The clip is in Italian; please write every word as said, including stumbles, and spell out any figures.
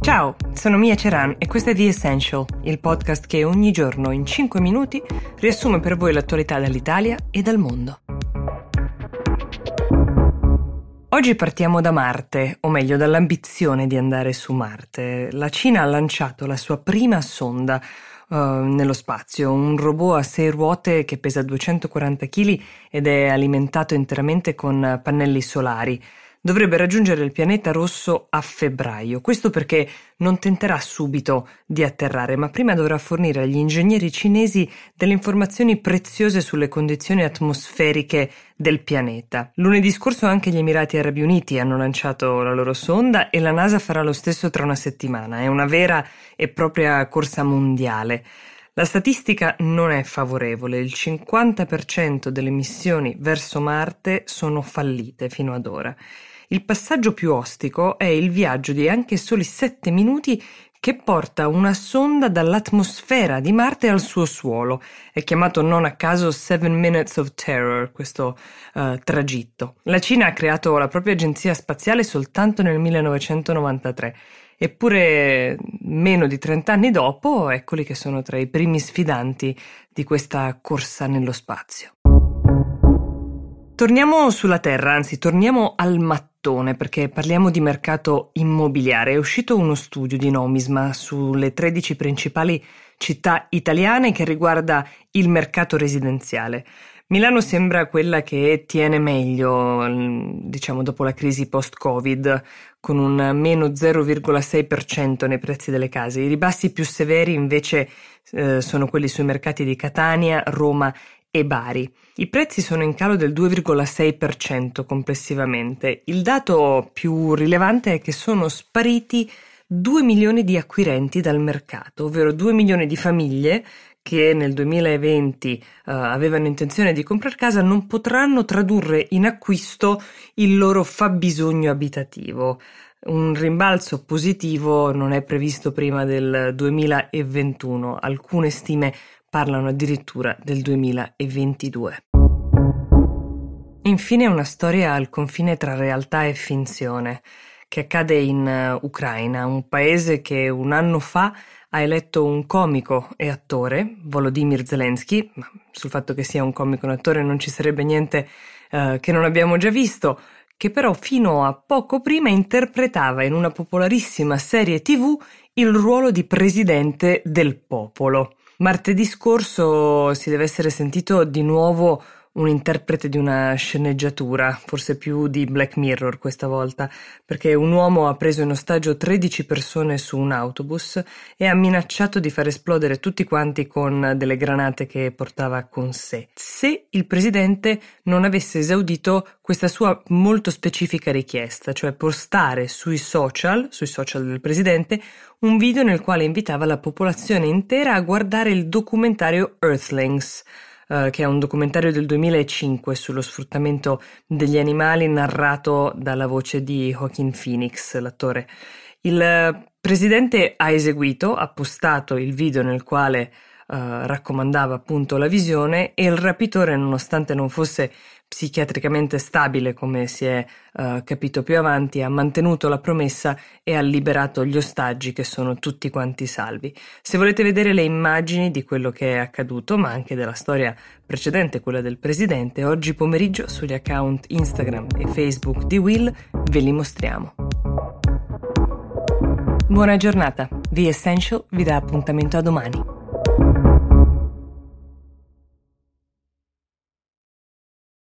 Ciao, sono Mia Ceran e questo è The Essential, il podcast che ogni giorno in cinque minuti riassume per voi l'attualità dall'Italia e dal mondo. Oggi partiamo da Marte, o meglio dall'ambizione di andare su Marte. La Cina ha lanciato la sua prima sonda uh, nello spazio, un robot a sei ruote che pesa duecentoquaranta chili ed è alimentato interamente con pannelli solari. Dovrebbe raggiungere il pianeta rosso a febbraio. Questo perché non tenterà subito di atterrare, ma prima dovrà fornire agli ingegneri cinesi delle informazioni preziose sulle condizioni atmosferiche del pianeta. Lunedì scorso anche gli Emirati Arabi Uniti hanno lanciato la loro sonda e la NASA farà lo stesso tra una settimana. È una vera e propria corsa mondiale. La statistica non è favorevole, il cinquanta per cento delle missioni verso Marte sono fallite fino ad ora. Il passaggio più ostico è il viaggio di anche soli sette minuti che porta una sonda dall'atmosfera di Marte al suo suolo. È chiamato non a caso Seven Minutes of Terror, questo uh, tragitto. La Cina ha creato la propria agenzia spaziale soltanto nel millenovecentonovantatré. Eppure meno di trent'anni dopo, eccoli che sono tra i primi sfidanti di questa corsa nello spazio. Torniamo sulla Terra, anzi torniamo al mattone, perché parliamo di mercato immobiliare. È uscito uno studio di Nomisma sulle tredici principali città italiane che riguarda il mercato residenziale. Milano sembra quella che tiene meglio, diciamo, dopo la crisi post-Covid, con un meno zero virgola sei per cento nei prezzi delle case. I ribassi più severi invece eh, sono quelli sui mercati di Catania, Roma e Bari. I prezzi sono in calo del due virgola sei per cento complessivamente. Il dato più rilevante è che sono spariti due milioni di acquirenti dal mercato, ovvero due milioni di famiglie che nel duemilaventi uh, avevano intenzione di comprare casa non potranno tradurre in acquisto il loro fabbisogno abitativo. Un rimbalzo positivo non è previsto prima del duemilaventuno, alcune stime parlano addirittura del duemilaventidue. Infine una storia al confine tra realtà e finzione, che accade in uh, Ucraina, un paese che un anno fa ha eletto un comico e attore, Volodymyr Zelensky, ma sul fatto che sia un comico e un attore non ci sarebbe niente uh, che non abbiamo già visto, che però fino a poco prima interpretava in una popolarissima serie tivù il ruolo di presidente del popolo. Martedì scorso si deve essere sentito di nuovo un interprete di una sceneggiatura, forse più di Black Mirror questa volta, perché un uomo ha preso in ostaggio tredici persone su un autobus e ha minacciato di far esplodere tutti quanti con delle granate che portava con sé, se il presidente non avesse esaudito questa sua molto specifica richiesta, cioè postare sui social, sui social del presidente, un video nel quale invitava la popolazione intera a guardare il documentario Earthlings, Uh, che è un documentario del duemilacinque sullo sfruttamento degli animali narrato dalla voce di Joaquin Phoenix, l'attore. Il uh, presidente ha eseguito, ha postato il video nel quale uh, raccomandava appunto la visione e il rapitore, nonostante non fosse psichiatricamente stabile, come si è uh, capito più avanti, ha mantenuto la promessa e ha liberato gli ostaggi che sono tutti quanti salvi. Se volete vedere le immagini di quello che è accaduto, ma anche della storia precedente, quella del presidente, oggi pomeriggio sugli account Instagram e Facebook di Will ve li mostriamo. Buona giornata, The Essential vi dà appuntamento a domani.